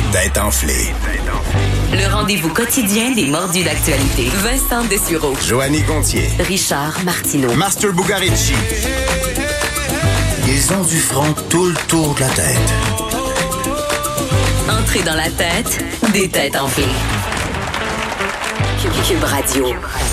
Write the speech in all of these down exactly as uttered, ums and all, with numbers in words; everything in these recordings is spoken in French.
Tête enflée. Le rendez-vous quotidien des mordus d'actualité. Vincent Dessureau. Joanny Gontier. Richard Martineau. Master Bugarici. Ils ont du front tout le tour de la tête. Entrée dans la tête des têtes enflées. Cube Radio.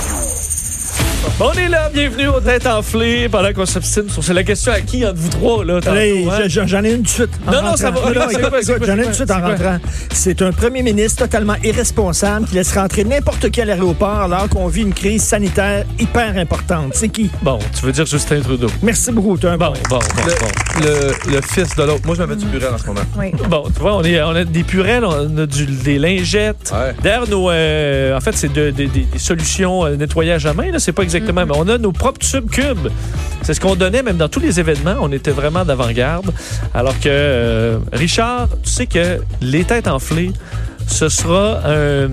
On est là, bienvenue aux Têtes enflées. Pendant qu'on s'obstine sur c'est la question à qui entre vous trois là. Tantôt, Allez, hein? j'en, j'en ai une tout de suite. Non, non, ça va. Non, non, C'est écoute, quoi, c'est écoute, quoi, j'en ai c'est une tout de suite en quoi? rentrant. C'est un premier ministre totalement irresponsable qui laisse rentrer n'importe qui à l'aéroport alors qu'on vit une crise sanitaire hyper importante. C'est qui? Bon, tu veux dire Justin Trudeau. Merci beaucoup. T'as un Bon, bon. bon, bon, bon. Le, le fils de l'autre. Moi, je m'avais du purel en ce moment. Oui. Bon, tu vois, on, est, on a des purelles, on a du, des lingettes. Ouais. D'ailleurs, nos, euh, en fait, c'est de, de, de, des solutions euh, nettoyage à main. Là, c'est pas exactement, mm-hmm. mais on a nos propres tubes Cube. C'est ce qu'on donnait même dans tous les événements. On était vraiment d'avant-garde. Alors que, euh, Richard, tu sais que les Têtes enflées, ce sera un,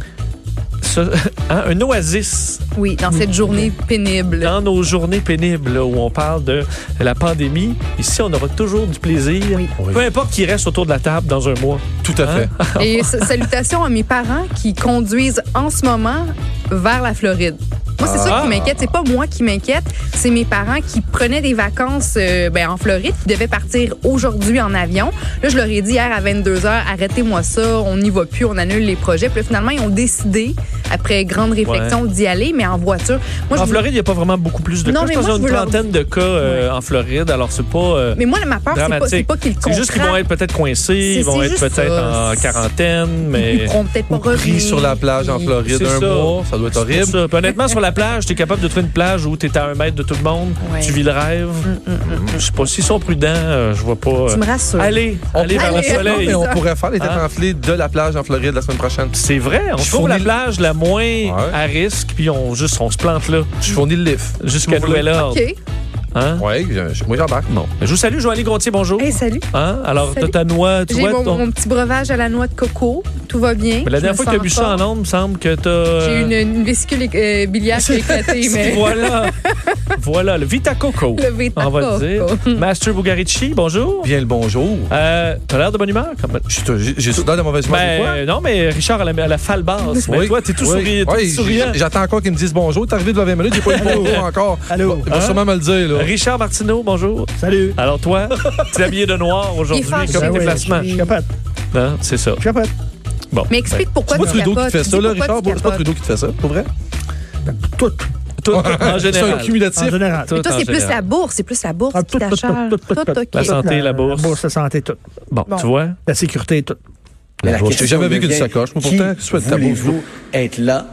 ce, un oasis. Oui, dans cette journée pénible. Dans nos journées pénibles, là, où on parle de la pandémie, ici, on aura toujours du plaisir. Oui. Peu importe qui reste autour de la table dans un mois. Tout à fait. Hein? Et salutations à mes parents qui conduisent en ce moment vers la Floride. Moi, c'est Ah. ça qui m'inquiète. C'est pas moi qui m'inquiète. C'est mes parents qui prenaient des vacances euh, ben, en Floride, qui devaient partir aujourd'hui en avion. Là, je leur ai dit hier à vingt-deux heures, arrêtez-moi ça, on n'y va plus, on annule les projets. Puis là, finalement, ils ont décidé, après grande réflexion, ouais. d'y aller, mais en voiture. Moi, en je Floride, il n'y a pas vraiment beaucoup plus de non, cas. Je pense qu'il y a une trentaine leur... de cas euh, ouais. en Floride, alors c'est pas euh, mais moi, ma peur, c'est pas, c'est pas qu'ils contractent. C'est juste qu'ils vont être peut-être coincés, c'est, ils vont être peut-être ça. en quarantaine, mais... Ils pourront peut-être pas revenir. Pris sur la plage en Floride un ça. mois, ça doit être horrible. Ça. Puis honnêtement, sur la plage, tu es capable de trouver une plage où tu es à un mètre de tout le monde, ouais. tu vis le rêve. Mm, mm, mm. Je sais pas, s'ils sont prudents, euh, je vois pas... Euh... Tu me rassures. Allez, on allez vers allez, le soleil. Non, mais on pourrait faire les Têtes hein? enflées de la plage en Floride la semaine prochaine. C'est vrai, on je trouve la le... plage la moins ouais. à risque, puis on, juste, on se plante là. Je fournis le lift. Jusqu'à nouvel ordre. OK. Hein? Oui, moi j'embarque. Bon. Je vous salue, Joanny Gontier, bonjour. Hey, salut. Hein? Alors, salut. t'as ta noix, tu J'ai vois, mon, ton... mon petit breuvage à la noix de coco. Tout va bien. Mais la dernière fois que tu as bu ça en ondes, il me semble que tu as... J'ai une, une vésicule euh, biliaire qui a éclaté. Mais... Voilà. Voilà, le Vita Coco. Le Vita on va Coco. le dire. Master Bugarici, bonjour. Bien le bonjour. Euh, t'as l'air de bonne humeur? Comme... J'ai, j'ai soudain de mauvaise humeur. Ben, non, mais Richard, elle a, elle a falle basse. Oui. Mais toi, t'es tout, oui. souri... oui. tout souriant. J'attends encore qu'ils me disent bonjour. T'es arrivé de vingt minutes, j'ai pas eu de bonjour encore. Allô? Il va sûrement me le dire, là. Richard Martineau, bonjour. Salut. Alors toi, tu es habillé de noir aujourd'hui, comme ben déplacement. Oui, je capote. Non, c'est ça. Je capote. Bon. Mais explique ben, pourquoi c'est tu pas Trudeau capotes. qui te fait ça, là, Richard? C'est C'est pas Trudeau qui te fait ça, pour vrai? Tout. Tout, en général. C'est un cumulatif. En général. Tout Mais toi, en c'est plus général. la bourse. C'est plus la bourse Ah, qui tout, tout, t'achale. tout, tout, tout, tout. OK. La santé, la bourse. La bourse, la santé, tout. Bon, Bon. tu vois. La sécurité, tout. Mais la je question n'ai jamais vu qu'une devient, sacoche. Moi, qui pourtant, je souhaite ta bourse. voulez-vous être là?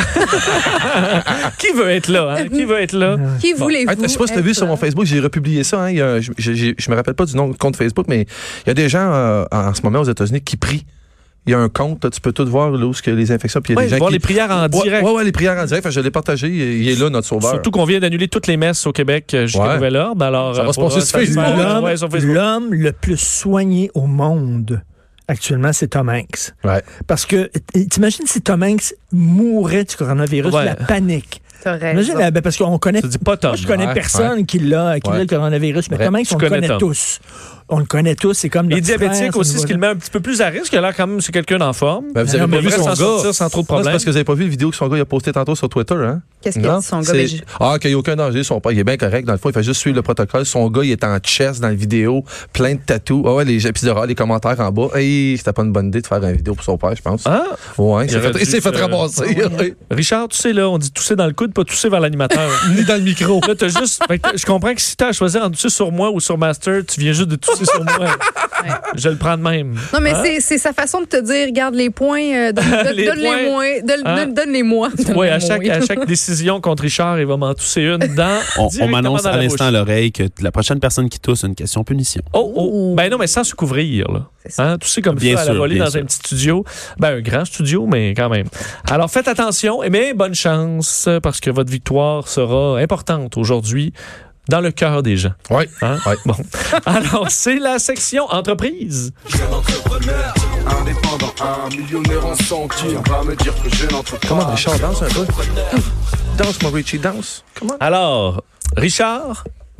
Qui veut être là, hein? Qui veut être là? Qui voulez-vous? Hey, je sais pas si tu as vu être sur mon là? Facebook, j'ai republié ça. Hein, il y a, je, je, je me rappelle pas du nom de compte Facebook, mais il y a des gens euh, en ce moment aux États-Unis qui prient. Il y a un compte, là, tu peux tout voir là, où que les infections. Puis il y a Ouais, des gens voir qui... les prières en direct. Ouais, ouais, ouais, les prières en direct. Enfin, je l'ai partagé. Il est là, notre sauveur. Surtout qu'on vient d'annuler toutes les messes au Québec jusqu'à Ouais. nouvel ordre. Alors, Ça va euh, se passer pour- sur Facebook. ça- L'homme, ouais, sur Facebook. l'homme le plus soigné au monde, actuellement, c'est Tom Hanks. Ouais. Parce que, t- t'imagines si Tom Hanks mourait du coronavirus, Ouais. la panique. T'as raison. Imagine, la- ben, parce qu'on connaît... Tu dis pas Tom. Moi, je connais Ouais, personne ouais. qui l'a, qui Ouais. l'a le coronavirus, mais Ouais. Tom Hanks, Je on le connais connaît Tom. tous. On le connaît tous, c'est comme Il est notre frère, diabétique ce aussi, ce qui le niveau-là. met un petit peu plus à risque. Il a l'air quand même, c'est quelqu'un en forme. Ben, vous avez Non, pas mais vu il son devrait s'en gars. sortir sans trop de Non, c'est problèmes. parce que vous avez pas vu la vidéo que son gars il a posté tantôt sur Twitter, hein? Qu'est-ce qu'il y a Non? dit, son gars? C'est- Ben, j'ai- Ah, qu'il n'y a aucun danger. Son père, il est bien correct. Dans le fond, il fait juste suivre le protocole. Son gars, il est en chest dans la vidéo, plein de tatous. Ah ouais, les, puis de- les commentaires en bas. Hey, c'était pas une bonne idée de faire une vidéo pour son père, je pense. Ah? Ouais, il s'est Il aurait fait, il dû s'est fait se- ramasser. Oui. Richard, tu sais, là, on dit tousser dans le coude, pas tousser vers l'animateur. Ni dans le micro. Là, t'as juste. Fait que je comprends que si t'as à choisir entre tousser sur moi ou sur Master, tu viens juste de tousser sur moi. Je le prends de même. Non, mais Hein? c'est, c'est sa façon de te dire, regarde les points, euh, donne, donne- Les donne-les points. moi, donne, Hein? donne- donne-les-moi. Oui, à Donne-les-moi. chaque, à chaque décision contre Richard, il va m'en tousser une dans. On, on directement m'annonce dans à la l'instant bouche. à l'oreille que la prochaine personne qui tousse a une question punition. Oh, oh. Ben non, mais sans se couvrir, là. C'est ça. Hein? Tu sais, comme Bien ça, à la sûr, volée bien dans sûr. un petit studio. Ben, un grand studio, mais quand même. Alors, faites attention, mais bonne chance, parce que votre victoire sera importante aujourd'hui dans le cœur des gens. Oui. Hein? Ouais. Bon. Alors, c'est la section entreprise. Entrepreneur, indépendant, un millionnaire en santé. On va me dire que je n'entre pas. Comment Richard danse un peu? Danse, mon Richie, danse. Comment? Alors, Richard,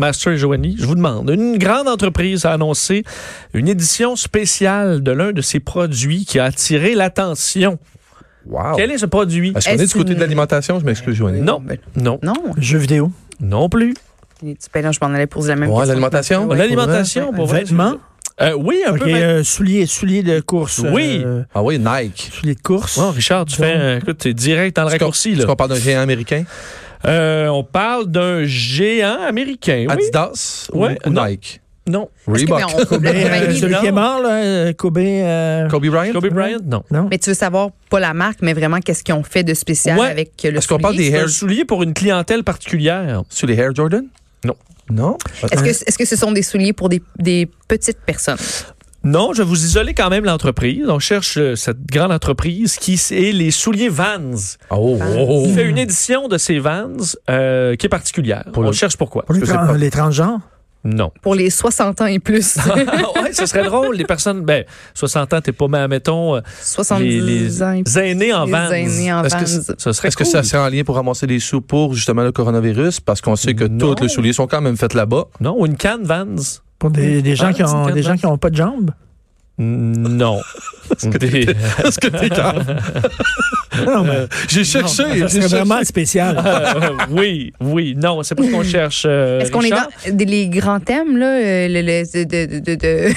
Master et Joanie, je vous demande, une grande entreprise a annoncé une édition spéciale de l'un de ses produits qui a attiré l'attention. Wow. Quel est ce produit? Est-ce qu'on est, Est-ce du côté une- de l'alimentation? Je m'excuse, Joanie. Non, non, Non. Jeux vidéo. non plus. Ben là, je m'en allais poser la même Ouais, question. l'alimentation? Ouais. L'alimentation, pour vrai. Vêtements. Euh, oui, un OK, peu. ben- euh, souliers, souliers de course. Oui. euh, Ah oui, Nike. souliers de course. Oh, Richard, tu fais, euh, écoute, t'es direct dans le Est-ce qu'on- raccourci, Est-ce là. qu'on parle d'un géant américain? Euh, on parle d'un géant américain, oui. Adidas ou- Ouais, ou non. Nike? Non. Est-ce que, Reebok. ben, on coupe la Mais, euh, compagnie, celui là. qui est mort, là, euh, Kobe. euh, Kobe Bryant? Kobe Bryant, non. Non. Mais tu veux savoir, pas la marque, mais vraiment qu'est-ce qu'ils ont fait de spécial Ouais. avec le Est-ce qu'on parle soulier? des C'est un Air... soulier pour une clientèle particulière. Sur les Air Jordan? Non. Non? Est-ce que, est-ce que ce sont des souliers pour des, des petites personnes? Non, je vais vous isoler quand même l'entreprise. On cherche euh, cette grande entreprise qui est les souliers Vans. Oh, oh, oh. Il fait une édition de ces Vans euh, qui est particulière. Pour On le- cherche pourquoi. Pour les, Parce que c'est tran- pas- les transgenres. Non. Pour les soixante ans et plus. ouais, ce serait drôle. Les personnes, ben, soixante ans, t'es pas, mais mettons, euh, soixante-dix les, les ans et plus. aînés en Les Vans. aînés en Est-ce que Vans. Ce serait Est-ce que cool. ça serait en lien pour ramasser des sous pour justement le coronavirus? Parce qu'on sait que Non. tous les souliers sont quand même faits là-bas. Non, ou une canne Vans. Pour des, des gens Ah, qui ont petite des gens canne. qui ont pas de jambes. Non. Des- Est-ce que t'es calme? Non, mais J'ai cherché. ça j'ai serait cherché. vraiment spécial. Euh, oui, oui. Non, c'est pas ce qu'on cherche. euh, Est-ce qu'on est Richard. dans des- les grands thèmes, là? euh, Le, le- de, de, de, de...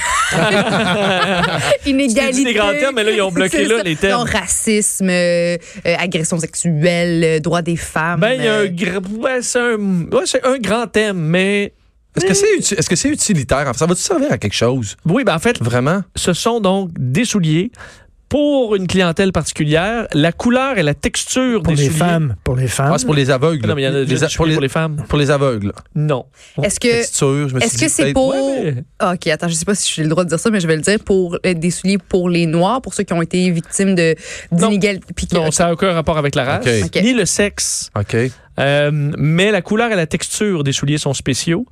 Inégalité. Tu t'es dit des grands thèmes, mais là, ils ont bloqué C'est là, ça. les thèmes. Non, racisme, euh, euh, agression sexuelle, euh, droits des femmes. Ben, il y a un, euh, gr- ouais, c'est un, ouais, c'est un grand thème, mais Est-ce que c'est uti- est-ce que c'est utilitaire? Ça va-tu servir à quelque chose? oui, ben en fait, Vraiment? ce sont donc des souliers pour une clientèle particulière. La couleur et la texture Pour des les souliers. femmes. Pour les femmes. Ah, c'est pour les aveugles. Non, mais il y en a Les des a- pour, les, pour les femmes. pour les aveugles. Non. Est-ce que, Texture, je me suis est-ce dit que c'est peut-être- pour... Ouais, mais- Ah, OK, attends, je sais pas si j'ai le droit de dire ça, mais je vais le dire. Pour euh, des souliers pour les Noirs, pour ceux qui ont été victimes de Non. d'inégalité. puis que- Non, ça n'a aucun rapport avec la race, Ok. Ok. ni le sexe. OK. Euh, mais la couleur et la texture des souliers sont spéciaux.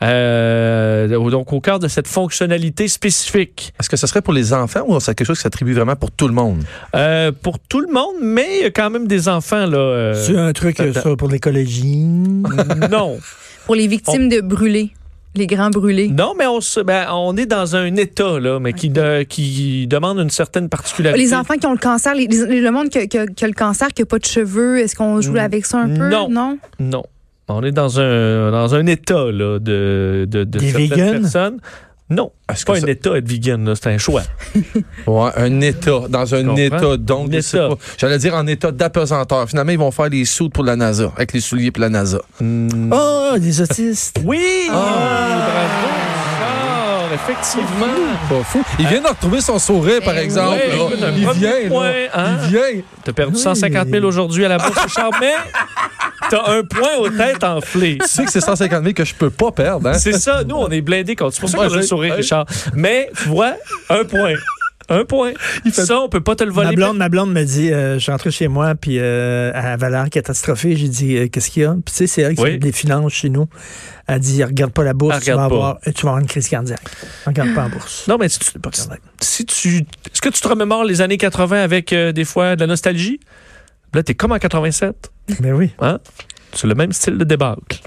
Euh, donc, au cœur de cette fonctionnalité spécifique. Est-ce que ce serait pour les enfants ou c'est quelque chose qui s'attribue vraiment pour tout le monde? Euh, pour tout le monde, mais il y a quand même des enfants, là. euh, C'est un truc euh, attends. ça, pour l'écologie. non. Pour les victimes de brûlés. Les grands brûlés. Non, mais on, se, ben, on est dans un état, là, mais qui, de- qui demande une certaine particularité. Les enfants qui ont le cancer, les- les- le monde qui a, qui a- qui a le cancer, qui n'a pas de cheveux, est-ce qu'on joue Mm. avec ça un peu? Non. Non? Non. On est dans un, dans un état, là, de, de, de Des certaines vegans? personnes. Non. Est-ce C'est pas que un ça- état être vegan, là, c'est un choix. Ouais, un état. Dans un comprends? état. Donc, Un je sais état. pas. J'allais dire en état d'apesanteur. Finalement, ils vont faire les sous pour la NASA, avec les souliers pour la NASA. Hmm. Oh, des autistes. Oui! Ah. Bravo! Richard, effectivement! Pas fou. Il vient de retrouver son sourire, par Eh exemple. oui, là. écoute, un Il premier vient, point, là. hein? Il vient. T'as perdu Oui. cent cinquante mille aujourd'hui à la bourse, Richard, mais t'as un point aux têtes enflées. Tu sais que c'est cent cinquante mille que je peux pas perdre, hein? C'est ça, nous, on est blindés contre. C'est pour ça Moi, qu'on a le j'ai- sourire, ouais. Richard. Mais, tu vois, un point. Un point. Ça, on peut pas te le voler. Ma blonde, ma blonde me dit, euh, je suis rentré chez moi, puis euh, elle avait l'air catastrophée. J'ai dit, euh, qu'est-ce qu'il y a? Puis tu sais, c'est elle qui Oui. fait des finances chez nous. Elle dit, regarde pas la bourse, Elle tu vas, regarde pas. avoir, tu vas avoir une crise cardiaque. Regarde pas la bourse. Non, mais si tu, Pas cardiaque. si tu. Est-ce que tu te remémores les années quatre-vingts avec euh, des fois de la nostalgie? Là, t'es comme en quatre-vingt-sept. Mais oui. Hein? C'est le même style de débâcle.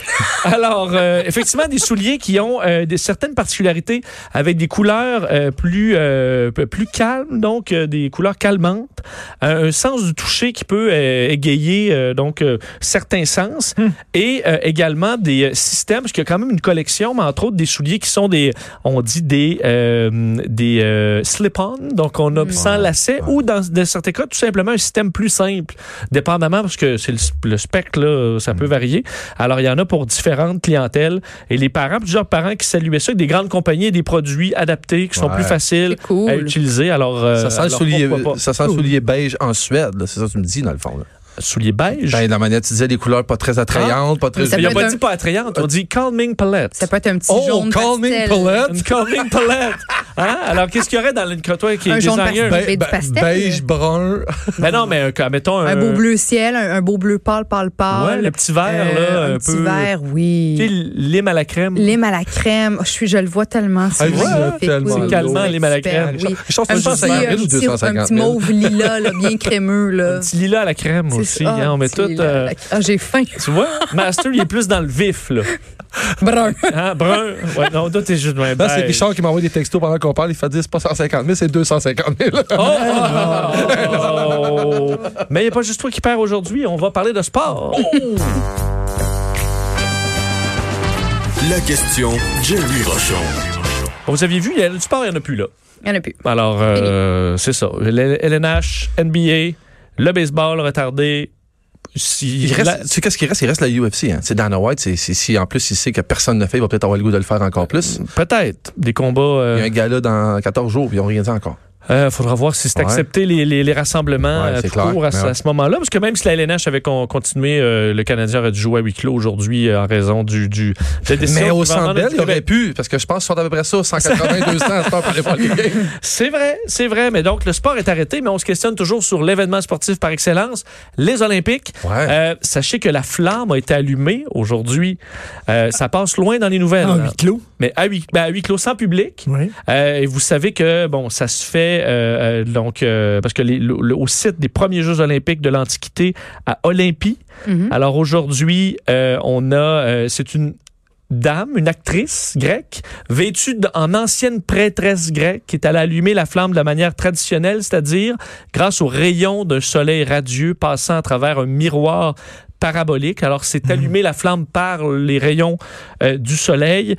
Alors, euh, effectivement, des souliers qui ont euh, des certaines particularités avec des couleurs euh, plus euh, plus calmes, donc euh, des couleurs calmantes, euh, un sens du toucher qui peut euh, égayer euh, donc euh, certains sens, Hmm. et euh, également des euh, systèmes, parce qu'il y a quand même une collection, mais entre autres des souliers qui sont des, on dit des euh, des euh, slip-on, donc on a Hmm. sans lacet, ou dans, dans certains cas tout simplement un système plus simple, dépendamment parce que c'est le, le spectre là, ça peut varier. Alors il y en a pour différentes clientèles et les parents, plusieurs parents qui saluaient ça avec des grandes compagnies et des produits adaptés qui sont Ouais. plus faciles C'est cool. à utiliser. Alors, euh, Ça sent le alors, soulier, pourquoi pas? ça sent le soulier beige en Suède, là. C'est ça que tu me dis, dans le fond, là. Souliers beige. Ben, la manière, tu disais, les couleurs pas très attrayantes, pas très... Mais ça Il n'a peut pas être dit un- pas attrayante, on dit calming palette. Ça peut être un petit Oh, jaune calming pastel. palette. Une calming palette. Hein? Alors, qu'est-ce qu'il y aurait dans une toi qui est Un jaune designer? pastel. Ben- du pastel. beige, brun. Ben non, mais euh, mettons un, Un beau bleu ciel, un, un beau bleu pâle, pâle, pâle. Ouais, le petit vert, Euh, là, un, un petit peu. vert, Tu sais, oui. lime à la crème. Lime à la crème. Oh, je, suis, je le vois tellement. C'est Ah, oui, magnifique. tellement oui, beau. oui, Calmant, oui, lime à la super, crème. oui. Je pense Un que petit, cent cinquante un mille ou petit, deux cent un cinquante petit mille. mauve lilas, là, bien crémeux. Là. Un petit lilas à la crème C'est aussi. ça. Hein, on met Ah, tout. petit lilas à euh, la- Ah, j'ai faim. tu vois, Master, il est plus dans le vif, là. Brun. Hein, brun. Ouais, non, toi, t'es juste. Ouais, Là, c'est beige. Richard qui m'envoie des textos pendant qu'on parle. Il fait dire c'est pas cent cinquante mille, c'est deux cent cinquante mille. Oh, oh, oh. Mais il n'y a pas juste toi qui perds aujourd'hui. On va parler de sport. La question Jerry Rochon. Vous aviez vu, il y a du sport, il n'y en a plus là. Il n'y en a plus. Alors, euh, c'est ça. L- L N H, N B A, le baseball retardé. Si, Il reste, la- tu sais qu'est-ce qui reste? Il reste la U F C. Hein. C'est Dana White. C'est, c'est, si en plus il sait que personne ne le fait, il va peut-être avoir le goût de le faire encore plus. Peut-être. Des combats. euh, Il y a un gala dans quatorze jours, puis ils n'ont rien dit encore. Il euh, faudra voir si c'est Ouais. accepté les, les, les rassemblements Ouais, euh, c'est tout clair. court à, ce- Ouais. à ce moment-là. Parce que même si la L N H avait con- continué, euh, le Canadien aurait dû jouer à huis clos aujourd'hui euh, en raison du, du, de la décision Mais du au gouvernement Centre Bell, du il aurait Québec. pu, parce que je pense qu'ils sont à peu près ça, cent quatre-vingts, deux cents à ce temps pour aller voir les games. C'est vrai, c'est vrai. Mais donc, le sport est arrêté, mais on se questionne toujours sur l'événement sportif par excellence, les Olympiques. Ouais. Euh, sachez que la flamme a été allumée aujourd'hui. Euh, ça passe loin dans les nouvelles. En hein. huis clos. Mais à huis, ben, à huis clos sans public. Oui. Euh, et vous savez que bon, ça se fait euh, euh, donc euh, parce que les, le, le- au site des premiers Jeux olympiques de l'Antiquité à Olympie. Mhm. Alors aujourd'hui, euh, on a euh, c'est une dame, une actrice grecque, vêtue d- en ancienne prêtresse grecque, qui est allée allumer la flamme de la manière traditionnelle, c'est-à-dire grâce aux rayons d'un soleil radieux passant à travers un miroir parabolique. Alors, c'est allumer la flamme par les rayons euh, du soleil.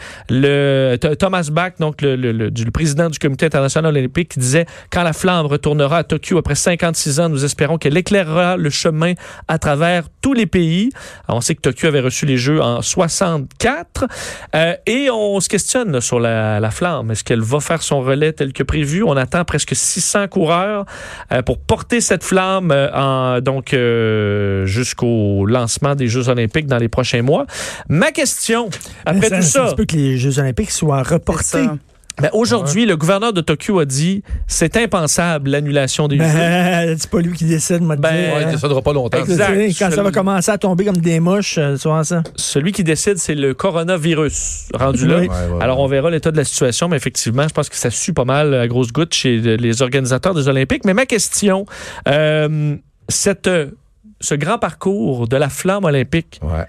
Le Th- Thomas Bach, donc le, le, le, du- le président du Comité international olympique, qui disait « Quand la flamme retournera à Tokyo après cinquante-six ans, nous espérons qu'elle éclairera le chemin à travers tous les pays. » Alors, on sait que Tokyo avait reçu les Jeux en soixante-quatre. Euh, et on se questionne là, sur la, la flamme. Est-ce qu'elle va faire son relais tel que prévu? On attend presque six cents coureurs euh, pour porter cette flamme euh, en, donc euh, jusqu'au lancement des Jeux olympiques dans les prochains mois. Ma question, après tout ça, Ça se peut que les Jeux olympiques soient reportés. ça. ben, aujourd'hui, le gouverneur de Tokyo a dit c'est impensable l'annulation des Jeux. Ben, c'est pas lui qui décide, moi, de Ben, dire. Ouais, hein. ça ne durera pas longtemps. Exact. Tu sais, Quand ça va commencer à tomber comme des mouches, euh, souvent ça. Celui qui décide, c'est le coronavirus rendu là. Oui. Ouais, ouais, Alors, ouais. on verra l'état de la situation, mais effectivement, je pense que ça sue pas mal à grosse goutte chez les organisateurs des Olympiques. Mais ma question, euh, cette, ce grand parcours de la flamme olympique Ouais.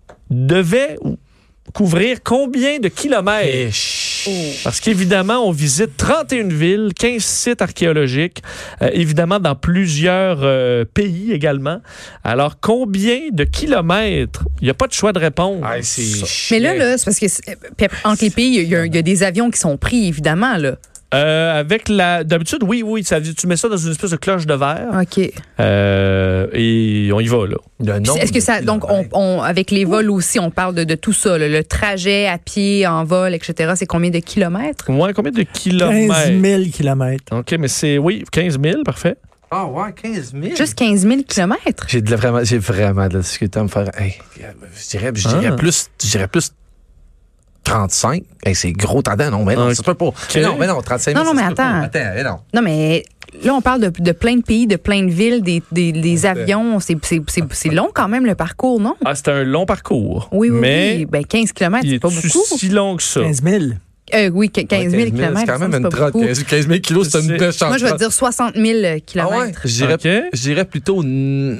devait couvrir combien de kilomètres? Parce qu'évidemment, on visite trente et une villes, quinze sites archéologiques, euh, évidemment dans plusieurs euh, pays également. Alors, combien de kilomètres? Il n'y a pas de choix de réponse. Ah, c'est Mais là, là, c'est parce que c'est- puis entre les pays, il y, a- il y a des avions qui sont pris, évidemment, là. Euh, avec la... D'habitude, oui, oui, ça, tu mets ça dans une espèce de cloche de verre OK. euh, et on y va, là. Le Puis nombre Est-ce que de ça, donc, on, kilomètres. on- avec les vols aussi, on parle de, de tout ça, là, le trajet à pied, en vol, et cetera. C'est combien de kilomètres? Ouais, combien de quinze kilomètres? mille kilomètres. OK, mais c'est... Oui, quinze mille, parfait. Ah ouais, quinze mille. Juste quinze mille kilomètres? J'ai, de la- vraiment, j'ai vraiment de la difficulté à me faire. Hey, je dirais, je dirais Ah. plus. Je dirais plus. trente-cinq. Hey, c'est gros tendant, non? Mais non, Ok. ça se peut pas. Mais non, mais non, trente-cinq Non, mille, non, ça mais se peut pas. attends. Attends, mais non. Non, mais là, on parle de, de plein de pays, de plein de villes, des, des, des avions. C'est, c'est, c'est, c'est long quand même, le parcours, non? Ah, c'est un long parcours. Oui, oui, mais oui. Ben, quinze kilomètres, il c'est pas est beaucoup. si long que ça? quinze mille. Euh, oui, quinze mille kilomètres. C'est quand même ça, une c'est pas trente. beaucoup. quinze mille kilos, c'est une C'est- méchante. Moi, je vais dire soixante mille Ah ouais? kilomètres. Je dirais, OK. je dirais plutôt n-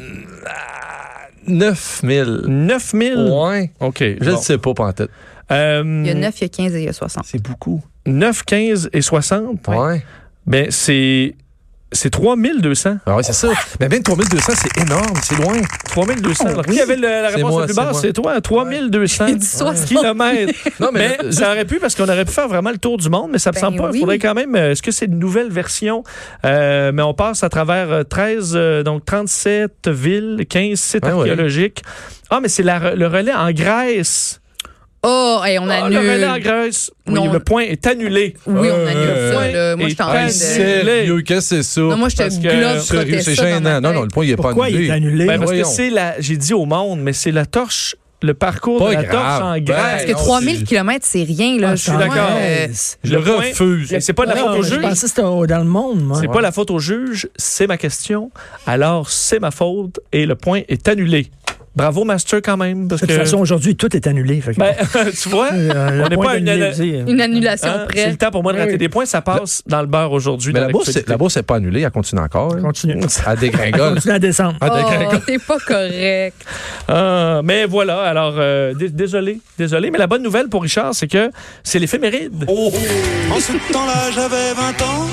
ah, neuf mille. neuf mille? Ouais. OK. Je ne bon. sais pas, pas en tête. Euh, Il y a neuf, il y a quinze et il y a soixante. C'est beaucoup. neuf, quinze et soixante? Ouais. Ben, c'est... C'est trois mille deux cents. Ah ouais, c'est ça. Mais même trois mille deux cents, c'est énorme, c'est loin. trois mille deux cents. Alors, qui avait le- la C'est réponse moi, la plus c'est basse? moi. C'est toi. trois mille deux cents J'ai dit soixante. kilomètres. Non, mais, Mais ça aurait pu, parce qu'on aurait pu faire vraiment le tour du monde, mais ça me Ben semble pas. Il oui. faudrait quand même. euh, Est-ce que c'est une nouvelle version? Euh, mais on passe à travers euh, treize, euh, donc trente-sept villes, quinze sites Ouais, ouais. archéologiques. Ah, mais c'est la- le relais en Grèce. Oh, hey, on Ah, annule. le relais en Grèce. Oui, Non. le point est annulé. Oui, on annule Euh, ça. Là. Moi, et j'étais en pas train de... c'est- sérieux, qu'est-ce que c'est ça? Non, moi, je te Parce que- globe Sérieux, c'est ça dans ma gênant. Non, tête. non, le point, il n'est pas Pourquoi il annulé. est annulé? Ben, parce que voyons. c'est la. J'ai dit au monde, mais c'est la torche, le parcours Pas de la grave. torche en Ben, Grèce. Parce que non, trois mille c'est- kilomètres, c'est rien. Là. Ah, je suis suis d'accord. euh, Je Le point- refuse. Mais c'est pas de la Ah, faute au je juge. pensais que c'était au- dans le monde, moi. C'est pas la faute au juge, c'est ma question. Alors, c'est ma faute et le point est annulé. Bravo, Master, quand même. Parce De toute que... façon, aujourd'hui, tout est annulé. Fait que- Ben, tu vois, Euh, on n'est point pas à une, d'annulé aussi, hein. Une annulation hein, c'est près. le temps pour moi de rater Oui. des points. Ça passe dans le beurre aujourd'hui. Mais dans la bourse, l'actualité. c'est- la bourse n'est pas annulée, elle continue encore. hein. Continue. Elle dégringole. Continue à descendre. Elle Oh, dégringole. t'es pas correct. Ah, mais voilà, alors, euh, d- désolé, désolé. Mais la bonne nouvelle pour Richard, c'est que c'est l'éphéméride. En ce temps-là, j'avais vingt ans.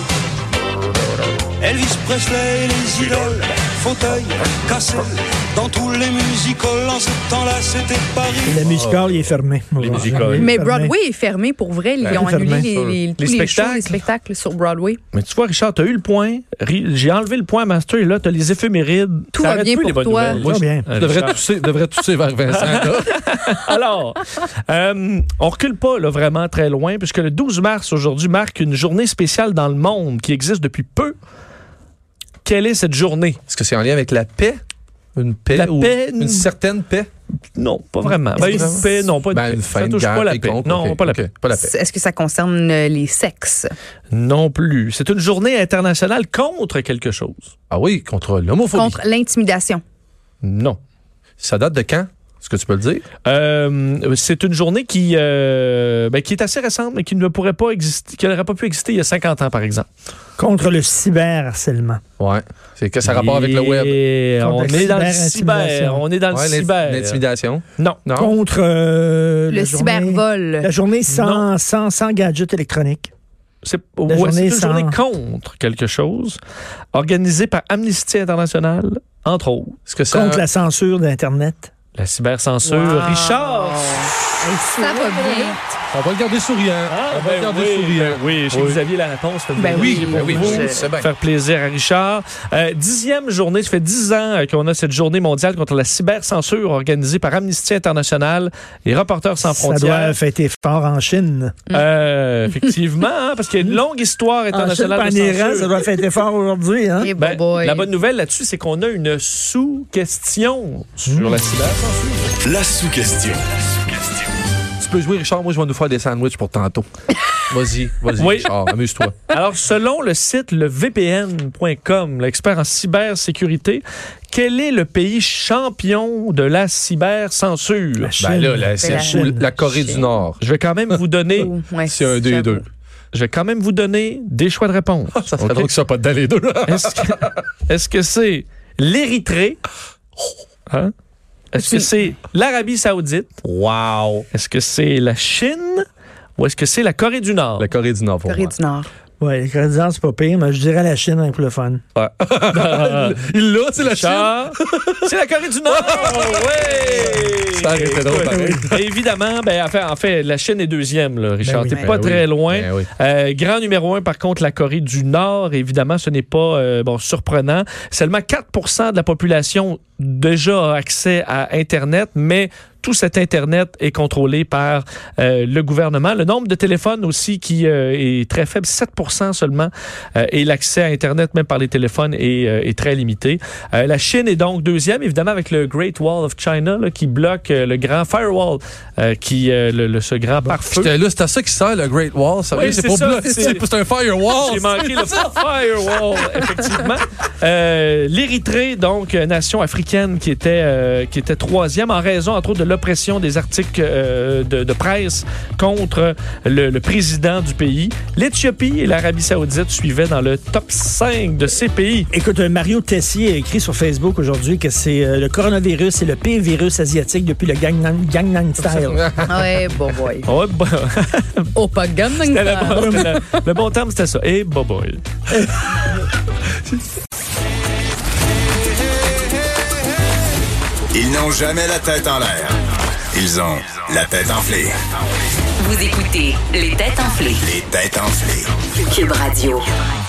Elvis Presley et les idoles, fauteuil, cassé, dans tous les musicals. En ce temps-là, c'était Paris. Le musical, il est fermé. Les musicals. Mais Fermé. Broadway est fermé pour vrai. Ils Ben, ont fermé. annulé les, les, tous Les les, shows, spectacles. les spectacles sur Broadway. Mais tu vois, Richard, t'as eu le point. Ri- J'ai enlevé le point à Master et là, t'as les éphémérides. Tout Ça va arrête bien plus, pour les bonnes toi. nouvelles. Moi, bien. Euh, Je devrais Richard. tousser, devrais tousser vers Vincent. là. Alors, euh, on recule pas là, vraiment très loin, puisque le douze mars aujourd'hui marque une journée spéciale dans le monde qui existe depuis peu. Quelle est cette journée? Est-ce que c'est en lien avec la paix? Une paix La ou paix, une certaine paix? Non, pas vraiment. Ben, Est-ce une que paix, non, pas une Ben, paix. une fin Ça de touche guerre pas la paix. quelconque. Non, Ok, pas la ok, paix. pas la paix. Est-ce que ça concerne euh, les sexes? Non plus. C'est une journée internationale contre quelque chose. Ah oui, contre l'homophobie. Contre l'intimidation? Non. Ça date de quand? Est-ce que tu peux le dire? Euh, c'est une journée qui, euh, ben, qui est assez récente, mais qui ne pourrait pas exister, qui n'aurait pas pu exister il y a cinquante ans, par exemple. Contre le cyberharcèlement. Ouais. C'est que ça a rapport avec le web. Et Contre on la est dans le cyber-intimidation. cyber. On est dans Ouais, le l'int- cyber. L'intimidation. Non. Non. Contre euh, Le la journée- cybervol? La journée sans, Non. sans, sans gadget électronique. C'est La ouais, journée c'est une sans- journée contre quelque chose, organisée par Amnesty International, entre autres. Est-ce que ça... Contre la censure d'Internet. La cybercensure. Wow. Richard! Ça va bien. On va le garder souriant. on va ben le garder oui, souriant. ben oui, je sais que vous aviez la réponse. fait Ben plaisir oui, pour ben oui, vous. je- c'est bien. Faire plaisir à Richard. Euh, dixième journée, ça fait dix ans euh, qu'on a cette journée mondiale contre la cybercensure organisée par Amnesty International et Reporters sans Ça frontières. doit fêter fort en Chine. Euh, effectivement, hein, parce qu'il y a une longue histoire En Chine, internationale pas en de Iran, censure. ça doit fêter fort aujourd'hui. Hein? Eh, Ben, boy. la bonne nouvelle là-dessus, c'est qu'on a une sous-question sur la cybercensure. La sous-question. Tu peux jouer, Richard. Moi, je vais nous faire des sandwichs pour tantôt. Vas-y, vas-y, Oui. Richard. Amuse-toi. Alors, selon le site le V P N point com, l'expert en cybersécurité, quel est le pays champion de la cybercensure? La Chine. Ben là, la, c'est la la, Chine. la Corée du Nord. Je vais quand même vous donner, Oh, ouais, C'est un des j'avoue. deux. je vais quand même vous donner des choix de réponse. Ça serait OK? drôle que ça soit pas dans les deux. Est-ce que, est-ce que c'est l'Érythrée? Hein? Est-ce que c'est l'Arabie Saoudite? Wow. Est-ce que c'est la Chine? Ou est-ce que c'est la Corée du Nord? La Corée du Nord, pour Corée moi. du Nord. Oui, les Canadiens, c'est pas pire, mais je dirais la Chine, hein, pour le fun. Il l'a, c'est la Chine. Richard, c'est la Corée du Nord! Oui! Ça aurait été drôle, pareil. Et évidemment, ben, en, fait, en fait, la Chine est deuxième, là, Richard. Ben oui. T'es Ben pas oui. très loin. Ben oui. Euh, grand numéro un, par contre, la Corée du Nord. Évidemment, ce n'est pas euh, bon, surprenant. Seulement quatre pour cent de la population déjà a accès à Internet, mais tout cet Internet est contrôlé par euh, le gouvernement. Le nombre de téléphones aussi qui euh, est très faible, sept pour cent seulement. Euh, et l'accès à Internet, même par les téléphones, est, euh, est très limité. Euh, la Chine est donc deuxième, évidemment, avec le Great Wall of China là, qui bloque euh, le grand firewall, euh, qui euh, le, le, ce grand pare-feu. J'étais là, c'est à ça qui sert le Great Wall. Ça, Oui, c'est c'est pas ça, bleu, c'est- c'est c'est un firewall. J'ai manqué le firewall, effectivement. Euh, L'Érythrée, donc, euh, nation africaine qui était, euh, qui était troisième en raison, entre autres, de l'oppression des articles euh, de, de presse contre le, le président du pays. L'Éthiopie et l'Arabie Saoudite suivaient dans le top cinq de ces pays. Écoute, euh, Mario Tessier a écrit sur Facebook aujourd'hui que c'est euh, le coronavirus, c'est le pire virus asiatique depuis le Gangnam, Gangnam Style. Ouais, bon boy. Ouais, bah, Oh, pas Gangnam c'était le, Style. bon, c'était le- le bon terme, c'était ça. Et bah boy. Ils n'ont jamais la tête en l'air. Ils ont la tête enflée. Vous écoutez Les Têtes enflées. Les têtes enflées. Cube Radio.